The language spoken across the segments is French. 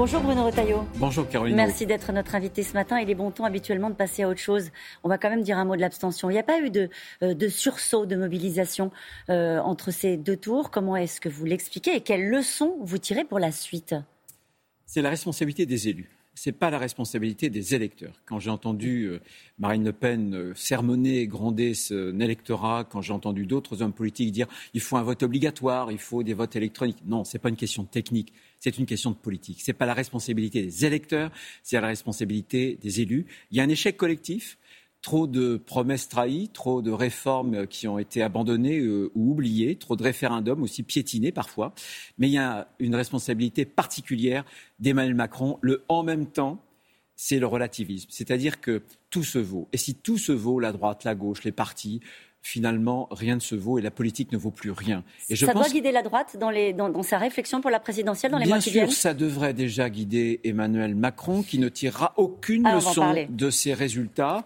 Bonjour Bruno Retailleau. Bonjour Caroline. Merci d'être notre invité ce matin. Il est bon ton habituellement de passer à autre chose. On va quand même dire un mot de l'abstention. Il n'y a pas eu de sursaut de mobilisation entre ces deux tours. Comment est-ce que vous l'expliquez et quelles leçons vous tirez pour la suite ? C'est la responsabilité des élus. Ce n'est pas la responsabilité des électeurs. Quand j'ai entendu Marine Le Pen sermonner, gronder son électorat, quand j'ai entendu d'autres hommes politiques dire il faut un vote obligatoire, il faut des votes électroniques. Non, ce n'est pas une question technique, c'est une question de politique. Ce n'est pas la responsabilité des électeurs, c'est la responsabilité des élus. Il y a un échec collectif. Trop de promesses trahies, trop de réformes qui ont été abandonnées ou oubliées, trop de référendums aussi piétinés parfois. Mais il y a une responsabilité particulière d'Emmanuel Macron. Le « en même temps », c'est le relativisme. C'est-à-dire que tout se vaut. Et si tout se vaut, la droite, la gauche, les partis, finalement, rien ne se vaut et la politique ne vaut plus rien. Et ça doit guider la droite dans sa réflexion pour la présidentielle dans les mois qui viennent ? Bien sûr, ça devrait déjà guider Emmanuel Macron qui ne tirera aucune leçon de ces résultats.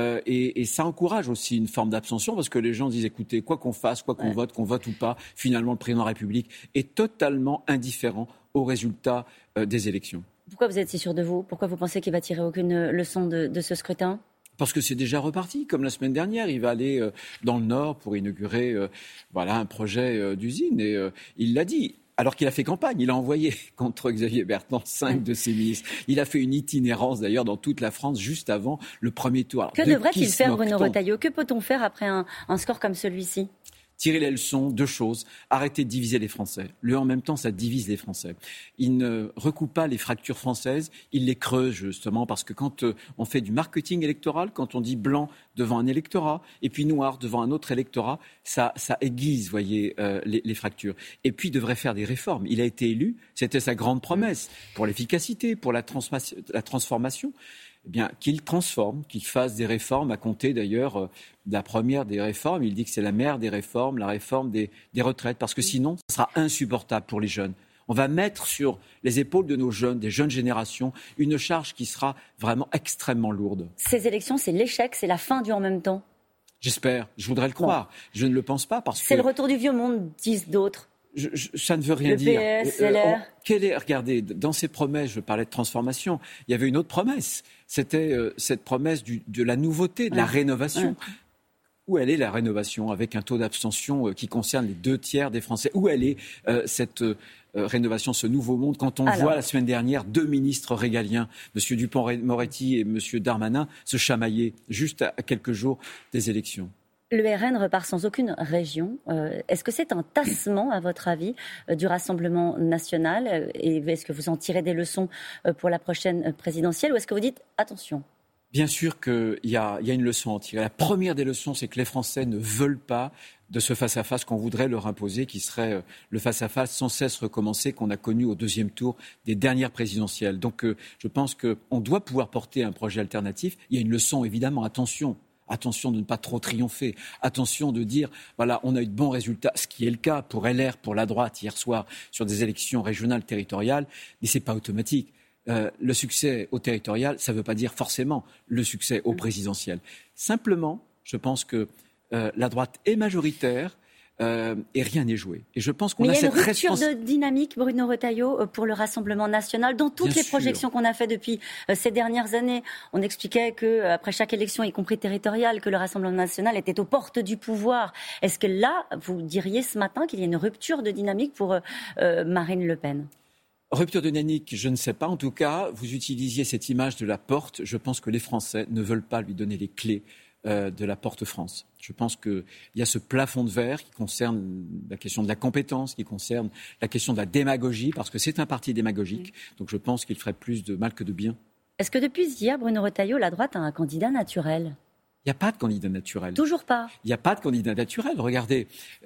Et ça encourage aussi une forme d'abstention parce que les gens disent, écoutez, quoi qu'on fasse, quoi qu'on vote, qu'on vote ou pas, finalement, le président de la République est totalement indifférent aux résultats des élections. Pourquoi vous êtes si sûr de vous ? Pourquoi vous pensez qu'il va tirer aucune leçon de ce scrutin ? Parce que c'est déjà reparti, comme la semaine dernière. Il va aller dans le Nord pour inaugurer un projet d'usine. Et il l'a dit, alors qu'il a fait campagne. Il a envoyé contre Xavier Bertrand 5 de ses ministres. Il a fait une itinérance, d'ailleurs, dans toute la France, juste avant le premier tour. Alors, que devrait-il faire, Bruno Retailleau ? Que peut-on faire après un score comme celui-ci ? Tirer les leçons, deux choses. Arrêter de diviser les Français. En même temps, ça divise les Français. Il ne recoupe pas les fractures françaises, il les creuse justement parce que quand on fait du marketing électoral, quand on dit blanc devant un électorat et puis noir devant un autre électorat, ça aiguise, voyez, les fractures. Et puis, il devrait faire des réformes. Il a été élu, c'était sa grande promesse pour l'efficacité, pour la transformation. Eh bien, qu'il transforme, qu'il fasse des réformes, à compter d'ailleurs de la première des réformes. Il dit que c'est la mère des réformes, la réforme des retraites, parce que sinon, ce sera insupportable pour les jeunes. On va mettre sur les épaules de nos jeunes, des jeunes générations, une charge qui sera vraiment extrêmement lourde. Ces élections, c'est l'échec, c'est la fin du « en même temps ». J'espère, je voudrais le croire. Non. Je ne le pense pas parce que... C'est le retour du vieux monde, disent d'autres. Ça ne veut rien dire. Le PS, LR. Regardez, dans ces promesses, je parlais de transformation, il y avait une autre promesse. C'était cette promesse de la nouveauté, de la rénovation. Où elle est la rénovation avec un taux d'abstention qui concerne les 2/3 des Français ? Où elle est cette rénovation, ce nouveau monde, quand on voit la semaine dernière 2 ministres régaliens, M. Dupond-Moretti et M. Darmanin, se chamailler juste à quelques jours des élections ? Le RN repart sans aucune région. Est-ce que c'est un tassement, à votre avis, du Rassemblement national ? Et est-ce que vous en tirez des leçons pour la prochaine présidentielle ? Ou est-ce que vous dites attention ? Bien sûr qu'il y a une leçon à en tirer. La première des leçons, c'est que les Français ne veulent pas de ce face-à-face qu'on voudrait leur imposer, qui serait le face-à-face sans cesse recommencé qu'on a connu au deuxième tour des dernières présidentielles. Donc je pense qu'on doit pouvoir porter un projet alternatif. Il y a une leçon, évidemment, attention de ne pas trop triompher. Attention de dire, voilà, on a eu de bons résultats, ce qui est le cas pour LR, pour la droite, hier soir, sur des élections régionales, territoriales, mais ce n'est pas automatique. Le succès au territorial, ça ne veut pas dire forcément le succès au présidentiel. Simplement, je pense que la droite est majoritaire et rien n'est joué. Et je pense qu'on a cette responsabilité. Mais il y a une rupture de dynamique, Bruno Retailleau, pour le Rassemblement national. Dans toutes les projections qu'on a faites depuis ces dernières années, on expliquait qu'après chaque élection, y compris territoriale, que le Rassemblement national était aux portes du pouvoir. Est-ce que là, vous diriez ce matin qu'il y a une rupture de dynamique pour Marine Le Pen ? Rupture de dynamique, je ne sais pas. En tout cas, vous utilisiez cette image de la porte. Je pense que les Français ne veulent pas lui donner les clés de la porte France. Je pense qu'il y a ce plafond de verre qui concerne la question de la compétence, qui concerne la question de la démagogie, parce que c'est un parti démagogique. Donc je pense qu'il ferait plus de mal que de bien. Est-ce que depuis hier, Bruno Retailleau, la droite a un candidat naturel ? Il n'y a pas de candidat naturel. Toujours pas. Il n'y a pas de candidat naturel. Regardez,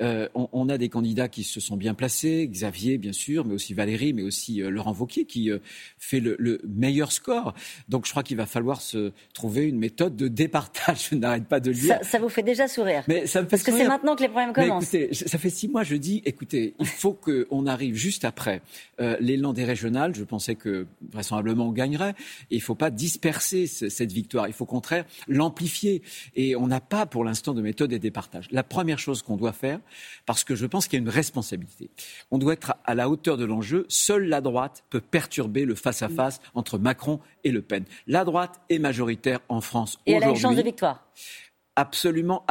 on a des candidats qui se sont bien placés, Xavier bien sûr, mais aussi Valérie, mais aussi Laurent Wauquiez qui fait le meilleur score. Donc je crois qu'il va falloir se trouver une méthode de départage. Je n'arrête pas de le dire. Ça vous fait déjà sourire. Mais ça me fait Parce que c'est maintenant que les problèmes commencent. Mais écoutez, ça fait 6 mois, je dis, écoutez, il faut qu'on arrive juste après l'élan des régionales. Je pensais que vraisemblablement on gagnerait. Et il ne faut pas disperser cette victoire. Il faut au contraire l'amplifier. compliqué. Et on n'a pas, pour l'instant, de méthode et de départage. La première chose qu'on doit faire, parce que je pense qu'il y a une responsabilité, on doit être à la hauteur de l'enjeu. Seule la droite peut perturber le face-à-face entre Macron et Le Pen. La droite est majoritaire en France aujourd'hui. Et elle a une chance de victoire. Absolument,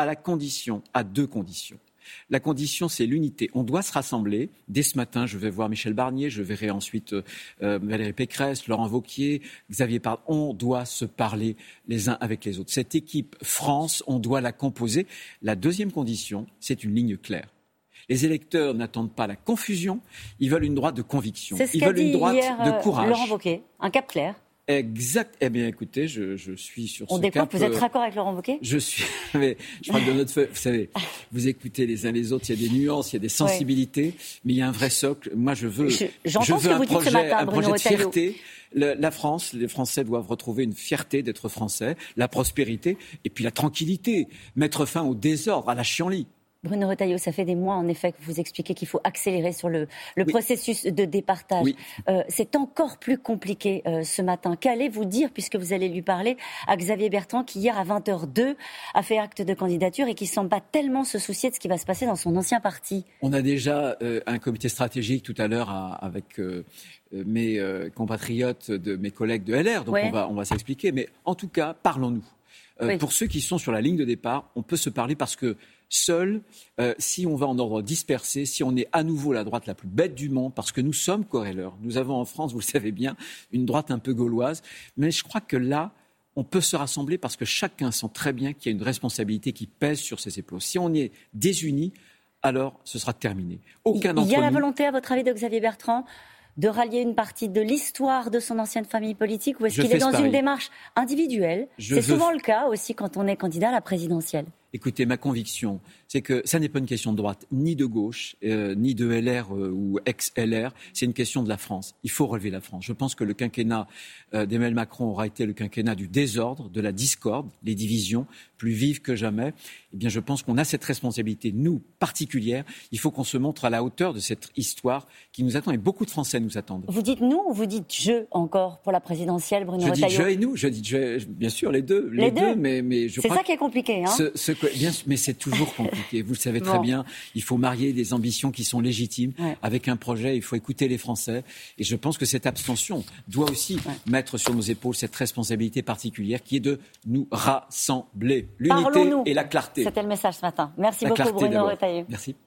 à deux conditions. La condition, c'est l'unité. On doit se rassembler. Dès ce matin, je vais voir Michel Barnier, je verrai ensuite Valérie Pécresse, Laurent Wauquiez, Xavier Parle. On doit se parler les uns avec les autres. Cette équipe France, on doit la composer. La deuxième condition, c'est une ligne claire. Les électeurs n'attendent pas la confusion, ils veulent une droite de conviction. C'est ce ils qu'a veulent dit une droite hier, de courage. Laurent Wauquiez, un cap clair. Exact. Eh bien, écoutez, je suis sur ce cap. On découvre, vous êtes raccord avec Laurent Wauquiez ? Je suis. Mais je crois que de notre feuille, vous savez, vous écoutez les uns les autres, il y a des nuances, il y a des sensibilités, mais il y a un vrai socle. Moi, je veux un projet de fierté. La France, les Français doivent retrouver une fierté d'être Français, la prospérité et puis la tranquillité, mettre fin au désordre, à la chienlit. Bruno Retailleau, ça fait des mois, en effet, que vous expliquez qu'il faut accélérer sur le processus de départage. Oui. C'est encore plus compliqué ce matin. Qu'allez-vous dire, puisque vous allez lui parler, à Xavier Bertrand, qui hier à 20h02 a fait acte de candidature et qui ne semble pas tellement se soucier de ce qui va se passer dans son ancien parti? On a déjà un comité stratégique tout à l'heure avec mes compatriotes, mes collègues de LR, donc on va s'expliquer. Mais en tout cas, parlons-nous. Pour ceux qui sont sur la ligne de départ, on peut se parler parce que seul, si on va en ordre dispersé, si on est à nouveau la droite la plus bête du monde, parce que nous sommes corréleurs. Nous avons en France, vous le savez bien, une droite un peu gauloise. Mais je crois que là, on peut se rassembler parce que chacun sent très bien qu'il y a une responsabilité qui pèse sur ses épaules. Si on est désunis, alors ce sera terminé. Il y a la volonté, à votre avis, de Xavier Bertrand de rallier une partie de l'histoire de son ancienne famille politique, ou est-ce qu'il est dans une démarche individuelle? C'est souvent le cas aussi quand on est candidat à la présidentielle. Écoutez, ma conviction, c'est que ça n'est pas une question de droite, ni de gauche, ni de LR ou ex-LR. C'est une question de la France. Il faut relever la France. Je pense que le quinquennat d'Emmanuel Macron aura été le quinquennat du désordre, de la discorde, les divisions plus vives que jamais. Eh bien, je pense qu'on a cette responsabilité, nous, particulière. Il faut qu'on se montre à la hauteur de cette histoire qui nous attend et beaucoup de Français nous attendent. Vous dites nous ou vous dites je encore pour la présidentielle, Bruno Retailleau? Je dis je et nous. Je dis je, bien sûr, les deux. Mais je crois c'est ça qui est compliqué, hein? Bien, mais c'est toujours compliqué. Vous le savez très bien. Il faut marier des ambitions qui sont légitimes avec un projet. Il faut écouter les Français. Et je pense que cette abstention doit aussi mettre sur nos épaules cette responsabilité particulière qui est de nous rassembler. L'unité et la clarté. C'était le message ce matin. Merci beaucoup, Bruno Retailleau. Merci.